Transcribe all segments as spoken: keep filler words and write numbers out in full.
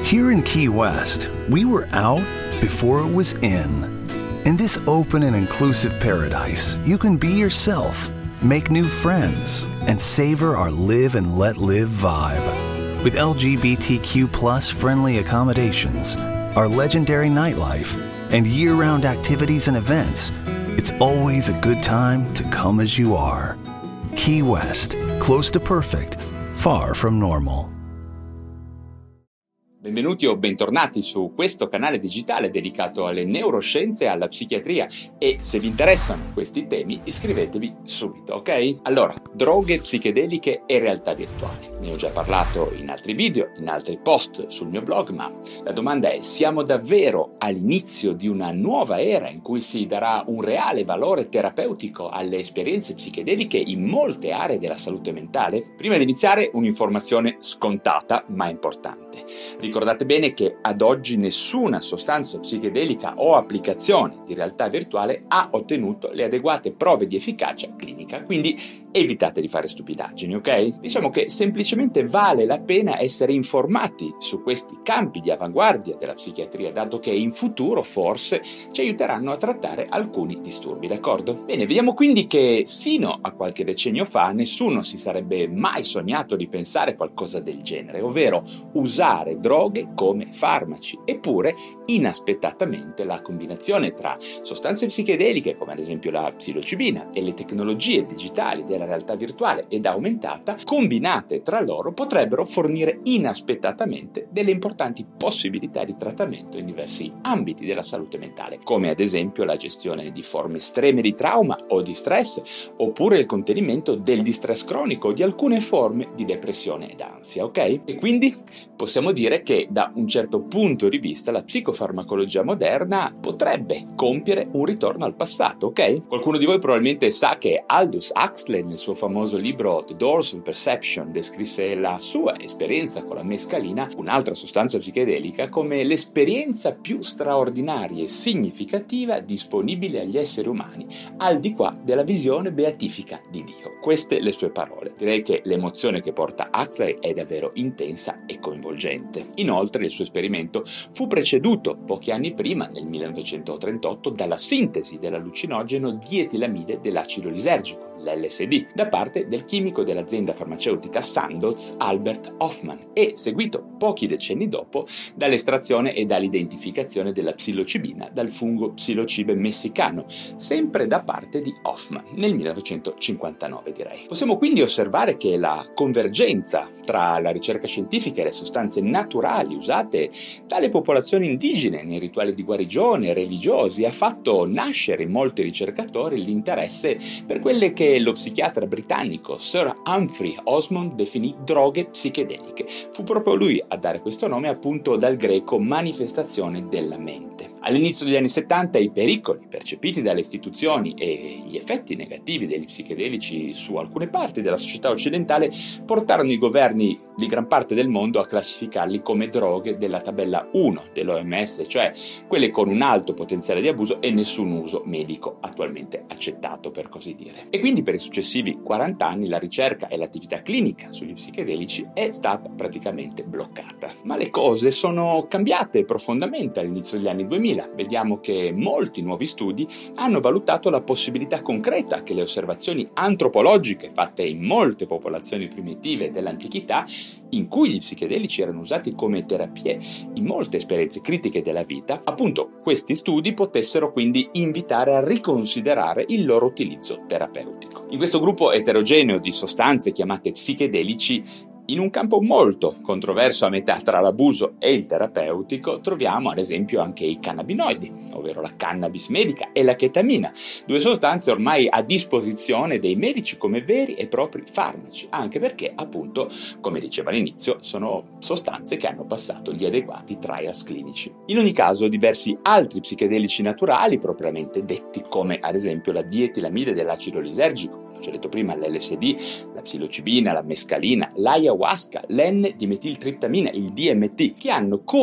Here in Key West, we were out before it was in. In this open and inclusive paradise, you can be yourself, make new friends, and savor our live and let live vibe. With L G B T Q plus friendly accommodations, our legendary nightlife, and year-round activities and events, it's always a good time to come as you are. Key West, close to perfect, far from normal. Benvenuti o bentornati su questo canale digitale dedicato alle neuroscienze e alla psichiatria, e se vi interessano questi temi iscrivetevi subito, ok? Allora, droghe psichedeliche e realtà virtuale. Ne ho già parlato in altri video, in altri post sul mio blog, ma la domanda è: siamo davvero all'inizio di una nuova era in cui si darà un reale valore terapeutico alle esperienze psichedeliche in molte aree della salute mentale? Prima di iniziare, un'informazione scontata ma importante. Ricordate bene che ad oggi nessuna sostanza psichedelica o applicazione di realtà virtuale ha ottenuto le adeguate prove di efficacia clinica, quindi evitate di fare stupidaggini, ok? Diciamo che semplicemente vale la pena essere informati su questi campi di avanguardia della psichiatria, dato che in futuro forse ci aiuteranno a trattare alcuni disturbi, d'accordo? Bene, vediamo quindi che sino a qualche decennio fa nessuno si sarebbe mai sognato di pensare qualcosa del genere, ovvero usare droghe come farmaci. Eppure, inaspettatamente, la combinazione tra sostanze psichedeliche, come ad esempio la psilocibina, e le tecnologie digitali della realtà virtuale ed aumentata, combinate tra loro, potrebbero fornire inaspettatamente delle importanti possibilità di trattamento in diversi ambiti della salute mentale, come ad esempio la gestione di forme estreme di trauma o di stress, oppure il contenimento del distress cronico o di alcune forme di depressione ed ansia, ok? E quindi possiamo dire che da un certo punto di vista la psicofarmacologia moderna potrebbe compiere un ritorno al passato, ok? Qualcuno di voi probabilmente sa che Aldous Huxley nel suo famoso libro The Doors on Perception descrisse la sua esperienza con la mescalina, un'altra sostanza psichedelica, come l'esperienza più straordinaria e significativa disponibile agli esseri umani, al di qua della visione beatifica di Dio. Queste le sue parole. Direi che l'emozione che porta Huxley è davvero intensa e coinvolgente. Inoltre il suo esperimento fu preceduto pochi anni prima, nel millenovecentotrentotto, dalla sintesi dell'allucinogeno dietilamide dell'acido lisergico, l'L S D, da parte del chimico dell'azienda farmaceutica Sandoz Albert Hofmann, e seguito pochi decenni dopo dall'estrazione e dall'identificazione della psilocibina dal fungo Psilocybe messicano, sempre da parte di Hofmann, nel millenovecentocinquantanove direi. Possiamo quindi osservare che la convergenza tra la ricerca scientifica e le sostanze naturali usate dalle popolazioni indigene nei rituali di guarigione religiosi ha fatto nascere in molti ricercatori l'interesse per quelle che lo psichiatra britannico Sir Humphrey Osmond definì droghe psichedeliche. Fu proprio lui a dare questo nome, appunto dal greco manifestazione della mente. All'inizio degli anni settanta i pericoli percepiti dalle istituzioni e gli effetti negativi degli psichedelici su alcune parti della società occidentale portarono i governi di gran parte del mondo a classificarli come droghe della tabella uno dell'O M S, cioè quelle con un alto potenziale di abuso e nessun uso medico attualmente accettato, per così dire. E quindi per i successivi quaranta anni la ricerca e l'attività clinica sugli psichedelici è stata praticamente bloccata. Ma le cose sono cambiate profondamente all'inizio degli anni duemila. Vediamo che molti nuovi studi hanno valutato la possibilità concreta che le osservazioni antropologiche fatte in molte popolazioni primitive dell'antichità, in cui gli psichedelici erano usati come terapie in molte esperienze critiche della vita, appunto questi studi potessero quindi invitare a riconsiderare il loro utilizzo terapeutico. In questo gruppo eterogeneo di sostanze chiamate psichedelici, in un campo molto controverso a metà tra l'abuso e il terapeutico, troviamo ad esempio anche i cannabinoidi, ovvero la cannabis medica e la chetamina, due sostanze ormai a disposizione dei medici come veri e propri farmaci, anche perché appunto, come dicevo all'inizio, sono sostanze che hanno passato gli adeguati trials clinici. In ogni caso, diversi altri psichedelici naturali, propriamente detti, come ad esempio la dietilamide dell'acido lisergico, ci ho detto prima l'L S D, la psilocibina, la mescalina, l'ayahuasca, l'N-dimetiltriptamina, il D M T, che hanno come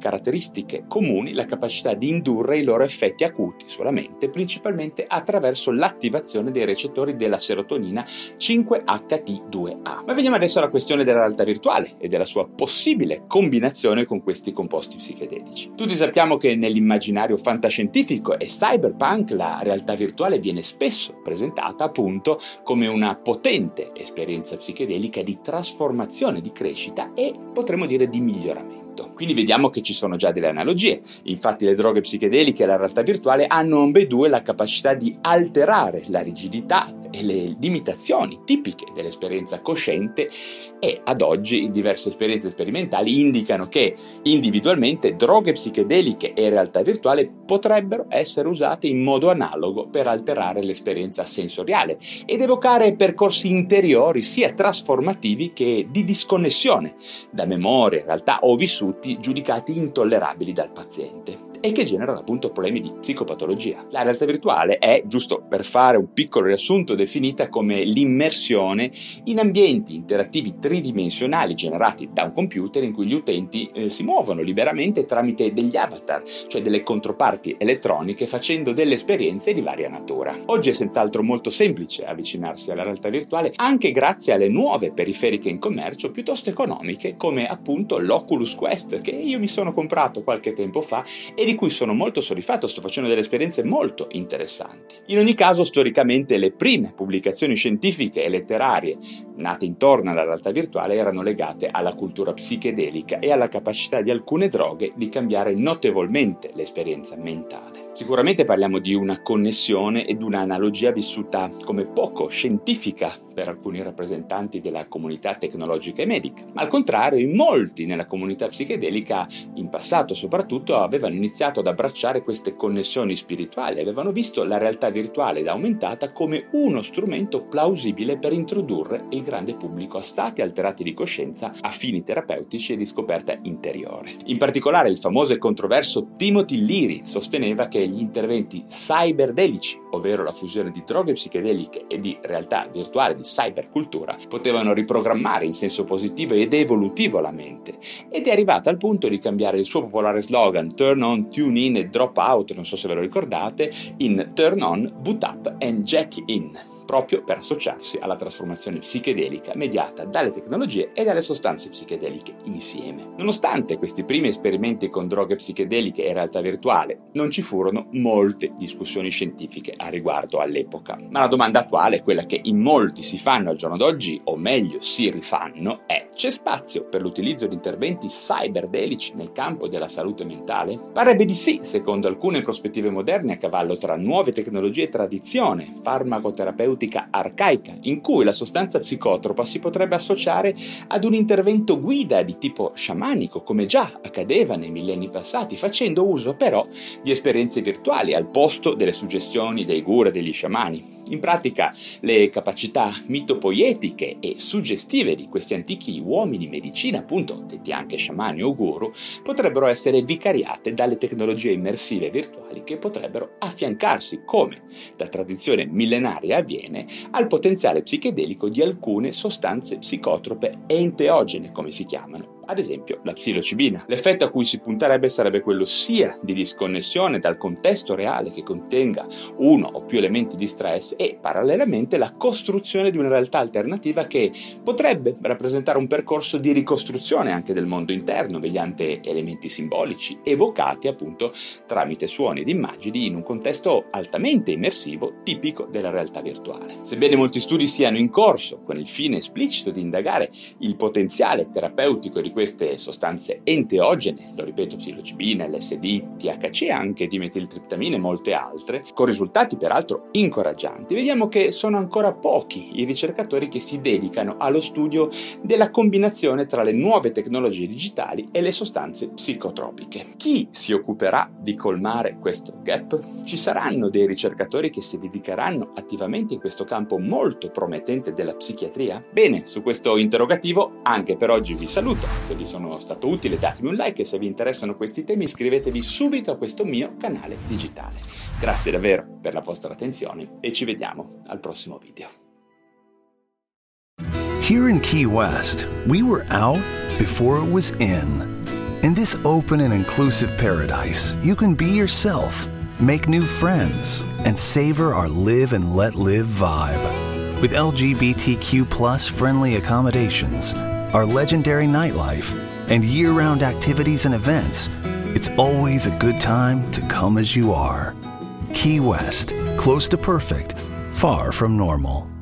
caratteristiche comuni la capacità di indurre i loro effetti acuti sulla mente, principalmente attraverso l'attivazione dei recettori della serotonina cinque H T due A. Ma veniamo adesso alla questione della realtà virtuale e della sua possibile combinazione con questi composti psichedelici. Tutti sappiamo che nell'immaginario fantascientifico e cyberpunk la realtà virtuale viene spesso presentata appunto come una potente esperienza psichedelica di trasformazione, di crescita e potremmo dire di miglioramento. Quindi vediamo che ci sono già delle analogie. Infatti le droghe psichedeliche e la realtà virtuale hanno ambedue la capacità di alterare la rigidità e le limitazioni tipiche dell'esperienza cosciente e ad oggi diverse esperienze sperimentali indicano che individualmente droghe psichedeliche e realtà virtuale potrebbero essere usate in modo analogo per alterare l'esperienza sensoriale ed evocare percorsi interiori sia trasformativi che di disconnessione da memorie, realtà o vissuti giudicati intollerabili dal paziente e che generano appunto problemi di psicopatologia. La realtà virtuale è, giusto per fare un piccolo riassunto, definita come l'immersione in ambienti interattivi tridimensionali generati da un computer in cui gli utenti eh, si muovono liberamente tramite degli avatar, cioè delle controparti elettroniche, facendo delle esperienze di varia natura. Oggi è senz'altro molto semplice avvicinarsi alla realtà virtuale anche grazie alle nuove periferiche in commercio piuttosto economiche come appunto l'Oculus Quest che io mi sono comprato qualche tempo fa e di cui sono molto soddisfatto, sto facendo delle esperienze molto interessanti. In ogni caso, storicamente le prime pubblicazioni scientifiche e letterarie nate intorno alla realtà virtuale erano legate alla cultura psichedelica e alla capacità di alcune droghe di cambiare notevolmente l'esperienza mentale. Sicuramente parliamo di una connessione ed una analogia vissuta come poco scientifica per alcuni rappresentanti della comunità tecnologica e medica, ma al contrario in molti nella comunità psichedelica, in passato soprattutto, avevano iniziato ad abbracciare queste connessioni spirituali, avevano visto la realtà virtuale ed aumentata come uno strumento plausibile per introdurre il grande pubblico a stati alterati di coscienza a fini terapeutici e di scoperta interiore. In particolare il famoso e controverso Timothy Leary sosteneva che gli interventi cyberdelici, ovvero la fusione di droghe psichedeliche e di realtà virtuale, di cybercultura, potevano riprogrammare in senso positivo ed evolutivo la mente, ed è arrivata al punto di cambiare il suo popolare slogan Turn on, tune in e drop out, non so se ve lo ricordate, in Turn on, boot up and jack in, proprio per associarsi alla trasformazione psichedelica mediata dalle tecnologie e dalle sostanze psichedeliche insieme. Nonostante questi primi esperimenti con droghe psichedeliche e realtà virtuale, non ci furono molte discussioni scientifiche a riguardo all'epoca. Ma la domanda attuale, quella che in molti si fanno al giorno d'oggi, o meglio si rifanno, è: c'è spazio per l'utilizzo di interventi cyberdelici nel campo della salute mentale? Parebbe di sì, secondo alcune prospettive moderne a cavallo tra nuove tecnologie e tradizione farmacoterapeutica arcaica, in cui la sostanza psicotropa si potrebbe associare ad un intervento guida di tipo sciamanico, come già accadeva nei millenni passati, facendo uso però di esperienze virtuali al posto delle suggestioni dei guru e degli sciamani. In pratica, le capacità mitopoietiche e suggestive di questi antichi uomini medicina, appunto detti anche sciamani o guru, potrebbero essere vicariate dalle tecnologie immersive virtuali che potrebbero affiancarsi, come da tradizione millenaria avviene, al potenziale psichedelico di alcune sostanze psicotrope enteogene, come si chiamano, ad esempio la psilocibina. L'effetto a cui si punterebbe sarebbe quello sia di disconnessione dal contesto reale che contenga uno o più elementi di stress e parallelamente la costruzione di una realtà alternativa che potrebbe rappresentare un percorso di ricostruzione anche del mondo interno mediante elementi simbolici evocati appunto tramite suoni ed immagini in un contesto altamente immersivo tipico della realtà virtuale. Sebbene molti studi siano in corso con il fine esplicito di indagare il potenziale terapeutico di queste sostanze enteogene, lo ripeto, psilocibina, L S D, T H C, anche dimetiltriptamina e molte altre, con risultati peraltro incoraggianti, vediamo che sono ancora pochi i ricercatori che si dedicano allo studio della combinazione tra le nuove tecnologie digitali e le sostanze psicotropiche. Chi si occuperà di colmare questo gap? Ci saranno dei ricercatori che si dedicheranno attivamente in questo campo molto promettente della psichiatria? Bene, su questo interrogativo anche per oggi vi saluto. Se vi sono stato utile datemi un like e se vi interessano questi temi iscrivetevi subito a questo mio canale digitale. Grazie davvero per la vostra attenzione e ci vediamo al prossimo video. Here in Key West, we were out before it was in. In this open and inclusive paradise, you can be yourself, make new friends, and savor our live and let live vibe. With L G B T Q plus friendly accommodations, our legendary nightlife, and year-round activities and events, it's always a good time to come as you are. Key West, close to perfect, far from normal.